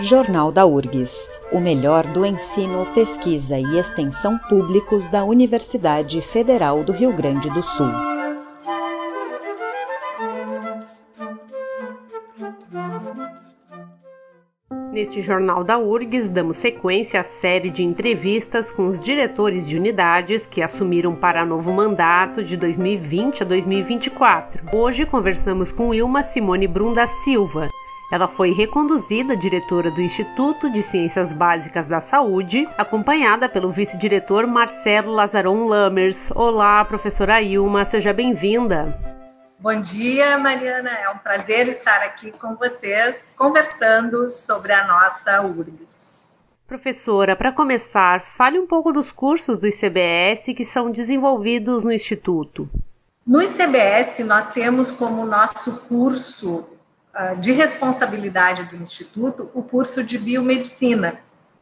Jornal da URGS, o melhor do ensino, pesquisa e extensão públicos da Universidade Federal do Rio Grande do Sul. Neste Jornal da URGS, damos sequência à série de entrevistas com os diretores de unidades que assumiram para novo mandato de 2020 a 2024. Hoje conversamos com Ilma Simone Brum da Silva. Ela foi reconduzida diretora do Instituto de Ciências Básicas da Saúde, acompanhada pelo vice-diretor Marcelo Lazaron Lammers. Olá, professora Ilma, seja bem-vinda. Bom dia, Mariana. É um prazer estar aqui com vocês, conversando sobre a nossa URGS. Professora, para começar, fale um pouco dos cursos do ICBS que são desenvolvidos no Instituto. No ICBS, nós temos como nosso curso de responsabilidade do Instituto o curso de Biomedicina.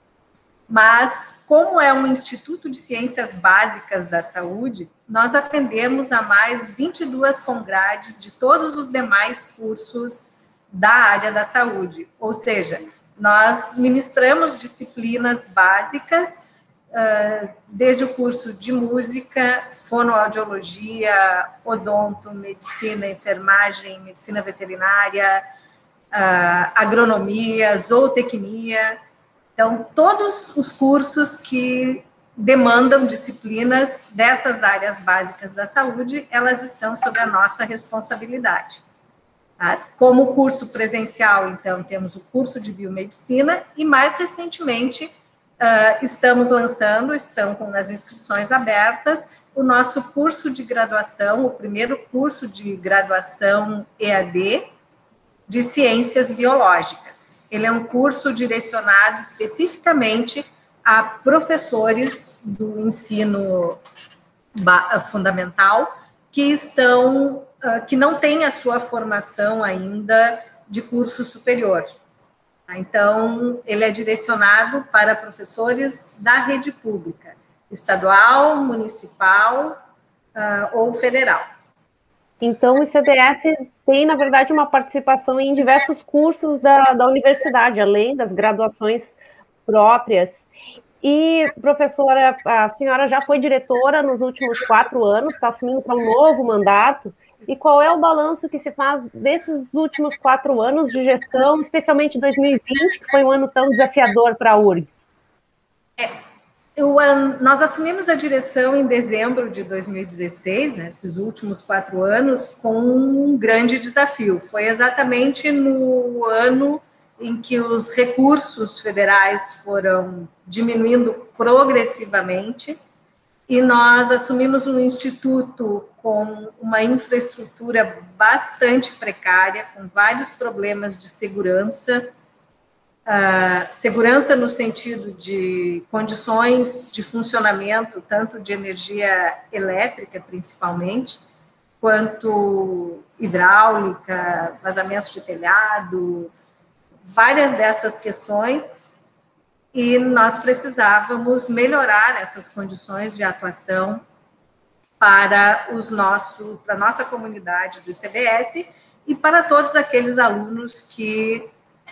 Mas, como é um Instituto de Ciências Básicas da Saúde, nós atendemos a mais 22 congrades de todos os demais cursos da área da saúde. Ou seja, nós ministramos disciplinas básicas, desde o curso de música, fonoaudiologia, odonto, medicina, enfermagem, medicina veterinária, agronomia, zootecnia. Então, todos os cursos que demandam disciplinas dessas áreas básicas da saúde, elas estão sob a nossa responsabilidade. Como curso presencial, então, temos o curso de biomedicina e, mais recentemente, estamos lançando, estão com as inscrições abertas, o nosso curso de graduação, o primeiro curso de graduação EAD de Ciências Biológicas. Ele é um curso direcionado especificamente a professores do ensino fundamental que não têm a sua formação ainda de curso superior. Então, ele é direcionado para professores da rede pública, estadual, municipal ou federal. Então, o ICBS tem, na verdade, uma participação em diversos cursos da universidade, além das graduações próprias. E, professora, a senhora já foi diretora nos últimos 4 anos, está assumindo para um novo mandato. E qual é o balanço que se faz desses últimos 4 anos de gestão, especialmente 2020, que foi um ano tão desafiador para a URGS? Nós assumimos a direção em dezembro de 2016, né, esses últimos 4 anos, com um grande desafio. Foi exatamente no ano em que os recursos federais foram diminuindo progressivamente e nós assumimos um instituto com uma infraestrutura bastante precária, com vários problemas de segurança, segurança no sentido de condições de funcionamento, tanto de energia elétrica, principalmente, quanto hidráulica, vazamentos de telhado, várias dessas questões, e nós precisávamos melhorar essas condições de atuação para a nossa comunidade do ICBS e para todos aqueles alunos que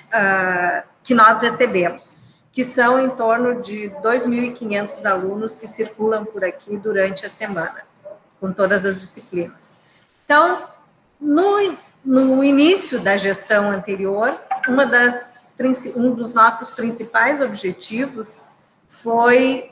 nós recebemos, que são em torno de 2.500 alunos que circulam por aqui durante a semana, com todas as disciplinas. Então, no início da gestão anterior, um dos nossos principais objetivos foi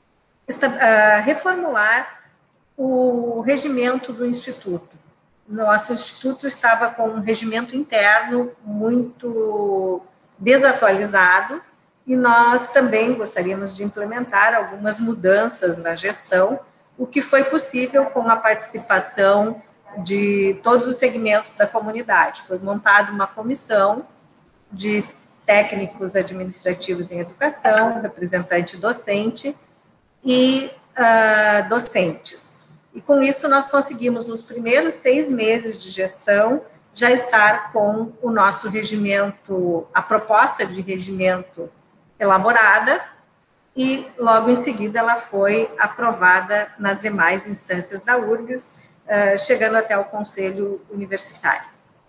reformular o regimento do Instituto. Nosso Instituto estava com um regimento interno muito desatualizado e nós também gostaríamos de implementar algumas mudanças na gestão, o que foi possível com a participação de todos os segmentos da comunidade. Foi montada uma comissão de técnicos administrativos em educação, representante docente e docentes. E com isso nós conseguimos, nos primeiros 6 meses de gestão, já estar com o nosso regimento, a proposta de regimento elaborada, e logo em seguida ela foi aprovada nas demais instâncias da URGS, chegando até o Conselho Universitário.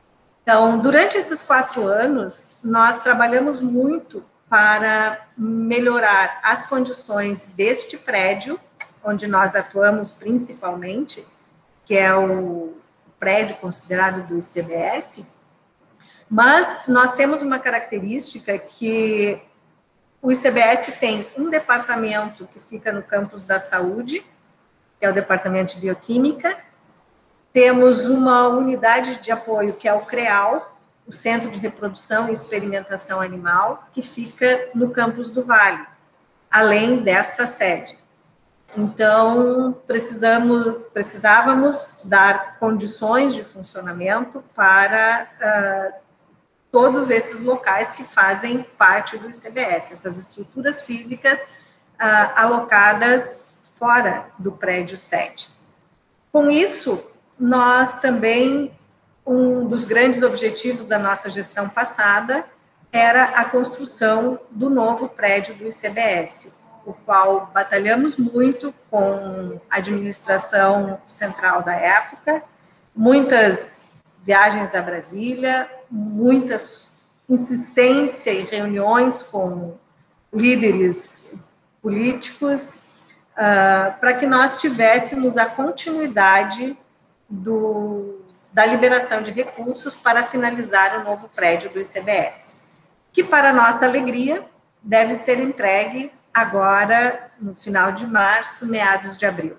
Então, durante esses 4 anos, nós trabalhamos muito para melhorar as condições deste prédio, onde nós atuamos principalmente, que é o prédio considerado do ICBS, mas nós temos uma característica que o ICBS tem um departamento que fica no campus da saúde, que é o departamento de bioquímica, temos uma unidade de apoio, que é o CREAL, o Centro de Reprodução e Experimentação Animal, que fica no campus do Vale, além desta sede. Então, precisávamos dar condições de funcionamento para todos esses locais que fazem parte do ICBS, essas estruturas físicas alocadas fora do prédio sede. Com isso, nós também, um dos grandes objetivos da nossa gestão passada era a construção do novo prédio do ICBS, o qual batalhamos muito com a administração central da época, muitas viagens a Brasília, muita insistência e reuniões com líderes políticos, para que nós tivéssemos a continuidade da liberação de recursos para finalizar o novo prédio do ICBS, que, para nossa alegria, deve ser entregue agora, no final de março, meados de abril.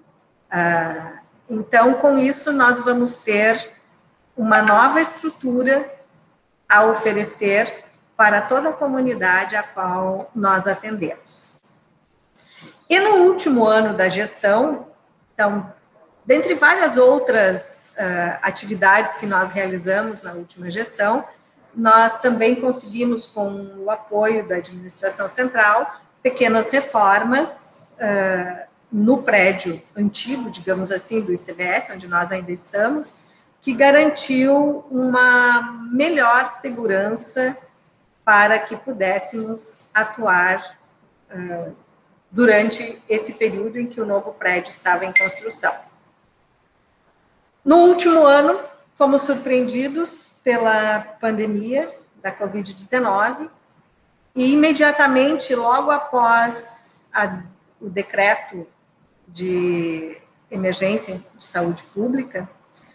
Então, com isso, nós vamos ter uma nova estrutura a oferecer para toda a comunidade a qual nós atendemos. E no último ano da gestão, então, dentre várias outras atividades que nós realizamos na última gestão, nós também conseguimos, com o apoio da administração central, pequenas reformas no prédio antigo, digamos assim, do ICBS, onde nós ainda estamos, que garantiu uma melhor segurança para que pudéssemos atuar durante esse período em que o novo prédio estava em construção. No último ano, fomos surpreendidos pela pandemia da Covid-19 e, imediatamente, logo após o decreto de emergência de saúde pública,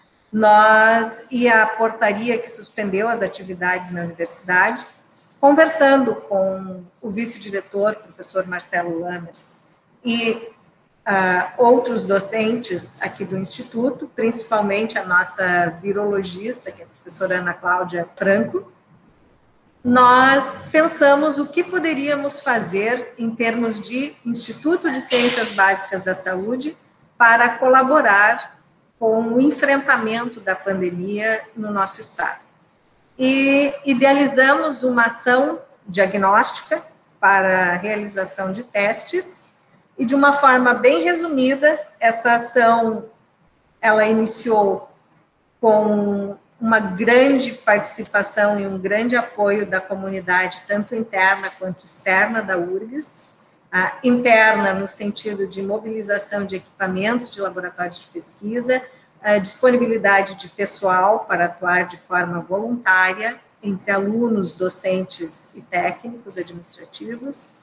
e a portaria que suspendeu as atividades na universidade, conversando com o vice-diretor, professor Marcelo Lammers, e outros docentes aqui do Instituto, principalmente a nossa virologista, que é a professora Ana Cláudia Franco, nós pensamos o que poderíamos fazer em termos de Instituto de Ciências Básicas da Saúde para colaborar com o enfrentamento da pandemia no nosso estado. E idealizamos uma ação diagnóstica para a realização de testes, e de uma forma bem resumida, essa ação, ela iniciou com uma grande participação e um grande apoio da comunidade, tanto interna quanto externa da URGS, interna no sentido de mobilização de equipamentos de laboratórios de pesquisa, disponibilidade de pessoal para atuar de forma voluntária entre alunos, docentes e técnicos administrativos,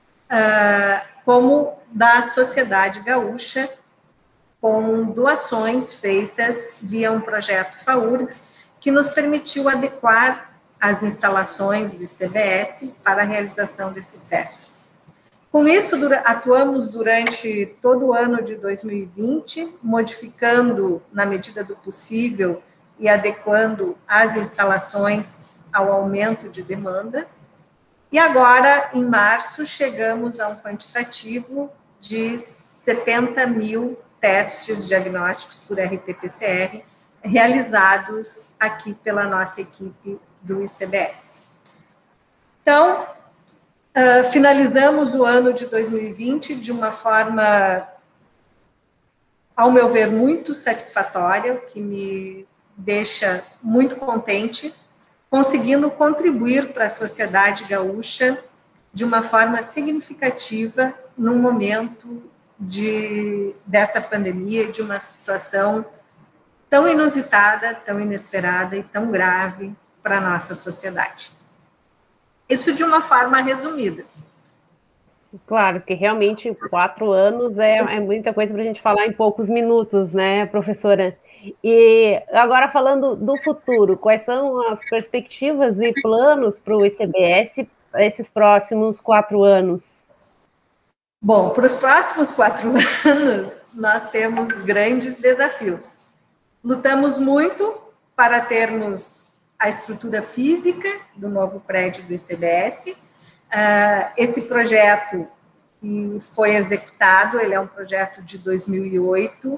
como da sociedade gaúcha, com doações feitas via um projeto FAURGS, que nos permitiu adequar as instalações do ICBS para a realização desses testes. Com isso, atuamos durante todo o ano de 2020, modificando, na medida do possível, e adequando as instalações ao aumento de demanda. E agora, em março, chegamos a um quantitativo de 70 mil testes diagnósticos por RT-PCR realizados aqui pela nossa equipe do ICBS. Então, finalizamos o ano de 2020 de uma forma, ao meu ver, muito satisfatória, que me deixa muito contente, conseguindo contribuir para a sociedade gaúcha de uma forma significativa num momento dessa pandemia, de uma situação tão inusitada, tão inesperada e tão grave para a nossa sociedade. Isso de uma forma resumida. Claro, porque realmente 4 anos é muita coisa para a gente falar em poucos minutos, né, professora? E agora falando do futuro, quais são as perspectivas e planos para o ICBS esses próximos 4 anos? Bom, para os próximos 4 anos, nós temos grandes desafios. Lutamos muito para termos a estrutura física do novo prédio do ICBS. Esse projeto que foi executado, ele é um projeto de 2008,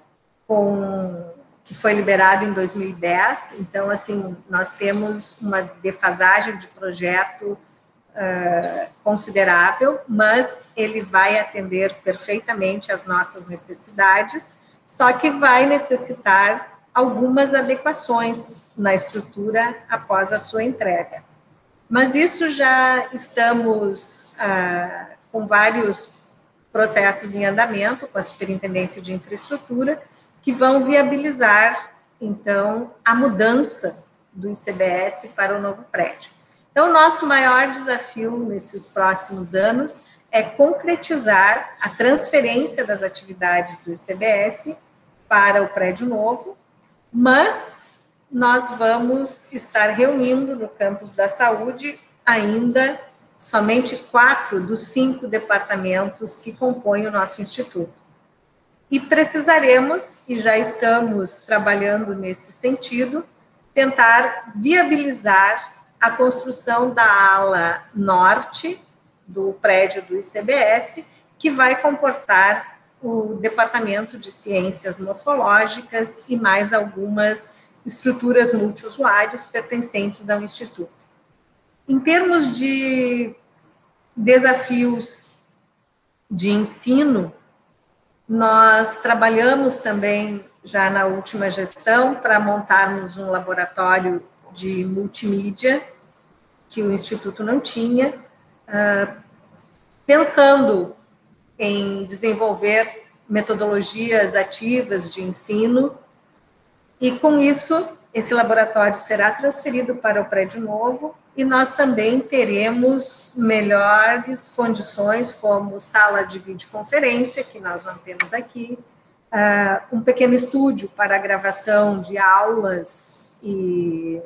que foi liberado em 2010. Então, assim, nós temos uma defasagem de projeto considerável, mas ele vai atender perfeitamente às nossas necessidades, só que vai necessitar algumas adequações na estrutura após a sua entrega. Mas isso já estamos com vários processos em andamento com a Superintendência de Infraestrutura, que vão viabilizar, então, a mudança do ICBS para o novo prédio. Então, o nosso maior desafio nesses próximos anos é concretizar a transferência das atividades do ICBS para o prédio novo, mas nós vamos estar reunindo no campus da saúde ainda somente 4 dos 5 departamentos que compõem o nosso instituto. E precisaremos, e já estamos trabalhando nesse sentido, tentar viabilizar a construção da ala norte do prédio do ICBS, que vai comportar o Departamento de Ciências Morfológicas e mais algumas estruturas multiusuários pertencentes ao Instituto. Em termos de desafios de ensino, nós trabalhamos também já na última gestão para montarmos um laboratório de multimídia, que o Instituto não tinha, pensando em desenvolver metodologias ativas de ensino, e com isso, esse laboratório será transferido para o prédio novo, e nós também teremos melhores condições, como sala de videoconferência, que nós não temos aqui, um pequeno estúdio para a gravação de aulas e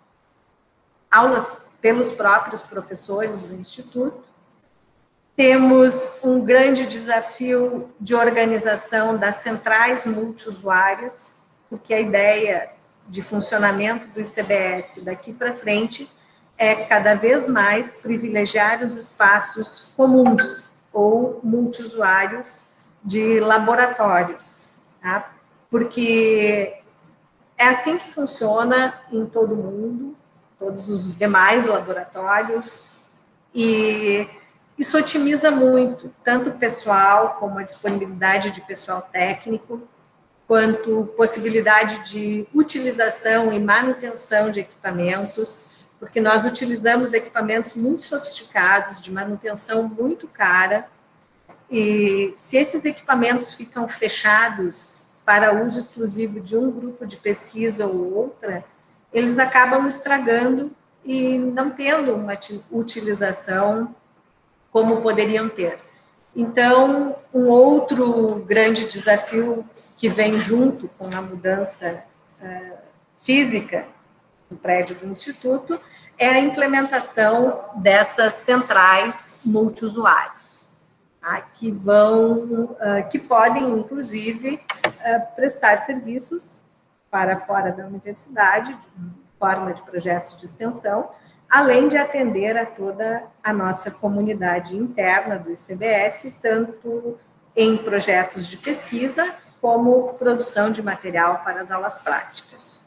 aulas pelos próprios professores do Instituto. Temos um grande desafio de organização das centrais multiusuários, porque a ideia de funcionamento do ICBS daqui para frente é cada vez mais privilegiar os espaços comuns ou multiusuários de laboratórios, tá? Porque é assim que funciona em todo mundo, todos os demais laboratórios, e isso otimiza muito, tanto o pessoal, como a disponibilidade de pessoal técnico, quanto possibilidade de utilização e manutenção de equipamentos, porque nós utilizamos equipamentos muito sofisticados, de manutenção muito cara, e se esses equipamentos ficam fechados para uso exclusivo de um grupo de pesquisa ou outra, eles acabam estragando e não tendo uma utilização como poderiam ter. Então, um outro grande desafio que vem junto com a mudança física do prédio do Instituto é a implementação dessas centrais multiusuários, tá? Que podem, inclusive, prestar serviços para fora da universidade, de forma de projetos de extensão, além de atender a toda a nossa comunidade interna do ICBS, tanto em projetos de pesquisa, como produção de material para as aulas práticas.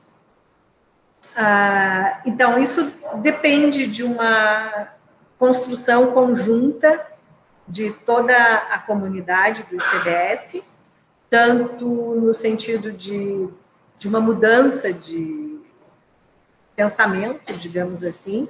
Então, isso depende de uma construção conjunta de toda a comunidade do ICBS, tanto no sentido de uma mudança de pensamento, digamos assim,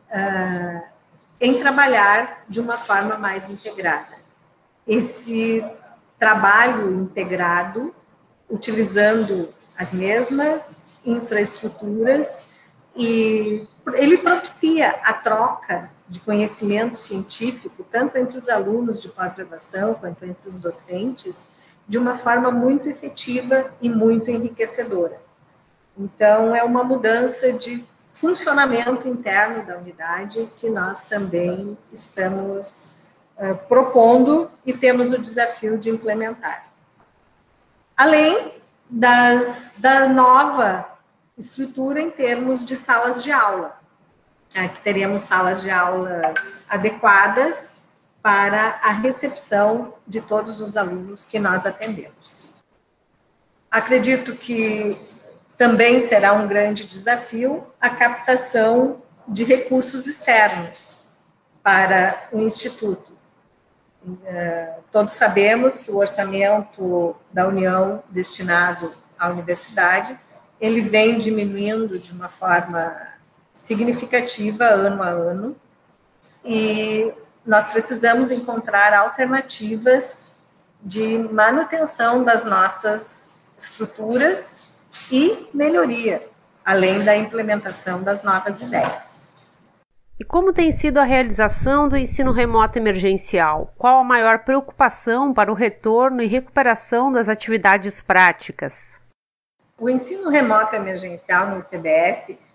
em trabalhar de uma forma mais integrada. Esse trabalho integrado, utilizando as mesmas infraestruturas e ele propicia a troca de conhecimento científico, tanto entre os alunos de pós-graduação quanto entre os docentes, de uma forma muito efetiva e muito enriquecedora. Então, é uma mudança de funcionamento interno da unidade que nós também estamos propondo e temos o desafio de implementar. Além da nova estrutura em termos de salas de aula, que teremos salas de aulas adequadas para a recepção de todos os alunos que nós atendemos. Acredito que também será um grande desafio a captação de recursos externos para o Instituto. Todos sabemos que o orçamento da União destinado à universidade, ele vem diminuindo de uma forma significativa ano a ano, e nós precisamos encontrar alternativas de manutenção das nossas estruturas e melhoria, além da implementação das novas ideias. E como tem sido a realização do ensino remoto emergencial? Qual a maior preocupação para o retorno e recuperação das atividades práticas? O ensino remoto emergencial no ICBS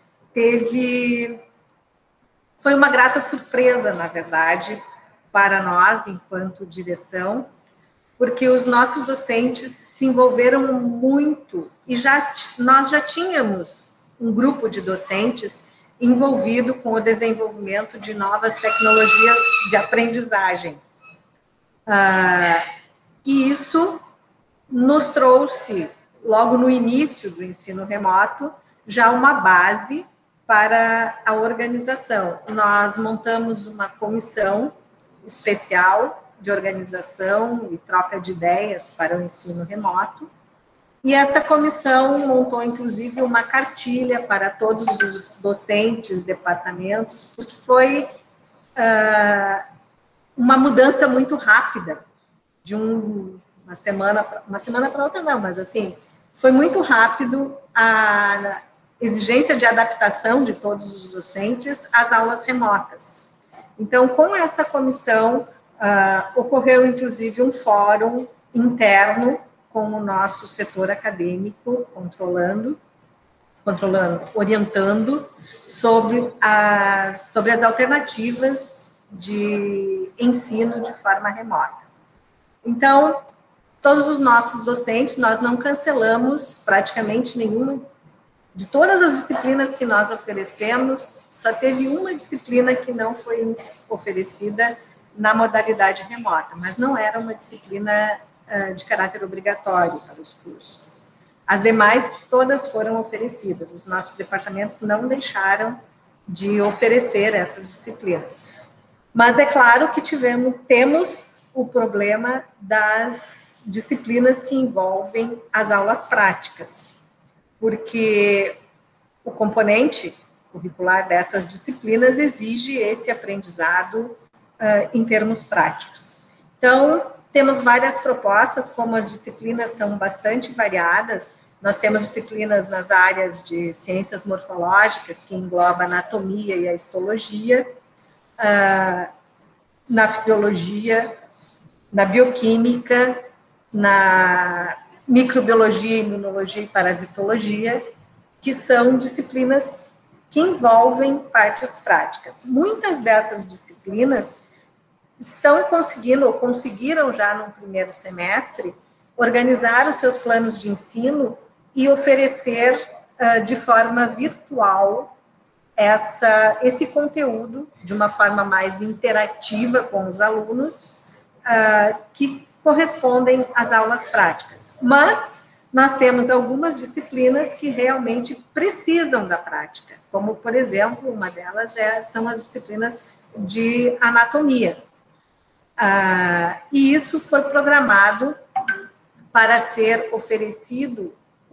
foi uma grata surpresa, na verdade, para nós, enquanto direção, porque os nossos docentes se envolveram muito e nós já tínhamos um grupo de docentes envolvido com o desenvolvimento de novas tecnologias de aprendizagem. E isso nos trouxe, logo no início do ensino remoto, já uma base para a organização. Nós montamos uma comissão especial de organização e troca de ideias para o ensino remoto, e essa comissão montou, inclusive, uma cartilha para todos os docentes, departamentos, porque foi uma mudança muito rápida, de uma semana para outra não, mas assim, foi muito rápido a exigência de adaptação de todos os docentes às aulas remotas. Então, com essa comissão, ocorreu, inclusive, um fórum interno com o nosso setor acadêmico, orientando sobre as alternativas de ensino de forma remota. Então, todos os nossos docentes, nós não cancelamos praticamente nenhuma, de todas as disciplinas que nós oferecemos, só teve uma disciplina que não foi oferecida na modalidade remota, mas não era uma disciplina de caráter obrigatório para os cursos. As demais, todas foram oferecidas. Os nossos departamentos não deixaram de oferecer essas disciplinas. Mas é claro que temos o problema das disciplinas que envolvem as aulas práticas, porque o componente curricular dessas disciplinas exige esse aprendizado em termos práticos. Então, temos várias propostas, como as disciplinas são bastante variadas. Nós temos disciplinas nas áreas de ciências morfológicas, que engloba a anatomia e a histologia, na fisiologia, na bioquímica, na microbiologia, imunologia e parasitologia, que são disciplinas que envolvem partes práticas. Muitas dessas disciplinas estão conseguindo, ou conseguiram já no primeiro semestre, organizar os seus planos de ensino e oferecer de forma virtual esse conteúdo de uma forma mais interativa com os alunos, que correspondem às aulas práticas. Mas nós temos algumas disciplinas que realmente precisam da prática, como, por exemplo, uma delas são as disciplinas de anatomia. E isso foi programado para ser oferecido,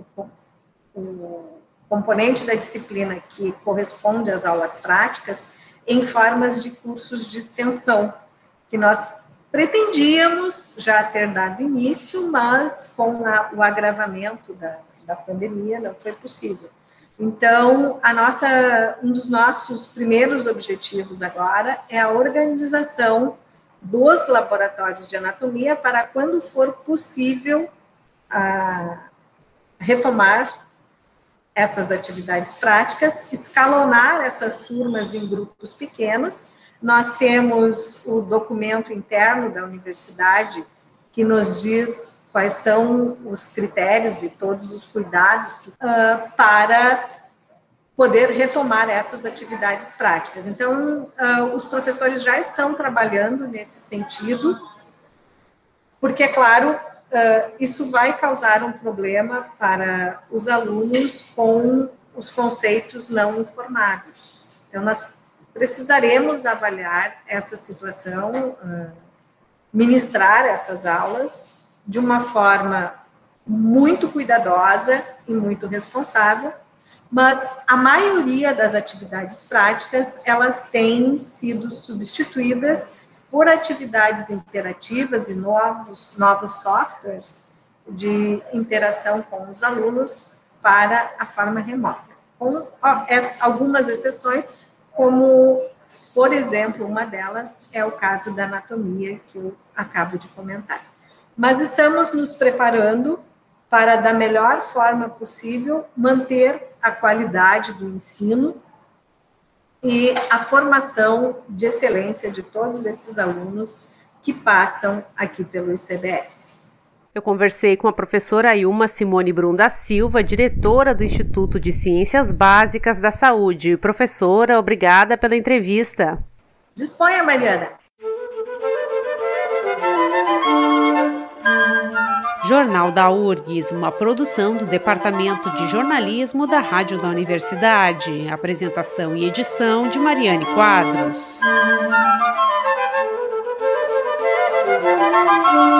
o componente da disciplina que corresponde às aulas práticas, em formas de cursos de extensão, que nós pretendíamos já ter dado início, mas com o agravamento da pandemia, não foi possível. Então, um dos nossos primeiros objetivos agora é a organização dos laboratórios de anatomia para, quando for possível, retomar essas atividades práticas, escalonar essas turmas em grupos pequenos. Nós temos o documento interno da universidade que nos diz quais são os critérios e todos os cuidados para poder retomar essas atividades práticas. Então, os professores já estão trabalhando nesse sentido, porque, é claro, isso vai causar um problema para os alunos com os conceitos não informados. Então, nós precisaremos avaliar essa situação, ministrar essas aulas de uma forma muito cuidadosa e muito responsável, mas a maioria das atividades práticas, elas têm sido substituídas por atividades interativas e novos softwares de interação com os alunos para a forma remota, com algumas exceções, como, por exemplo, uma delas é o caso da anatomia, que eu acabo de comentar. Mas estamos nos preparando para, da melhor forma possível, manter a qualidade do ensino e a formação de excelência de todos esses alunos que passam aqui pelo ICBS. Eu conversei com a professora Ailma Simone Brum da Silva, diretora do Instituto de Ciências Básicas da Saúde. Professora, obrigada pela entrevista. Disponha, Mariana. Jornal da URGS, uma produção do Departamento de Jornalismo da Rádio da Universidade. Apresentação e edição de Mariane Quadros.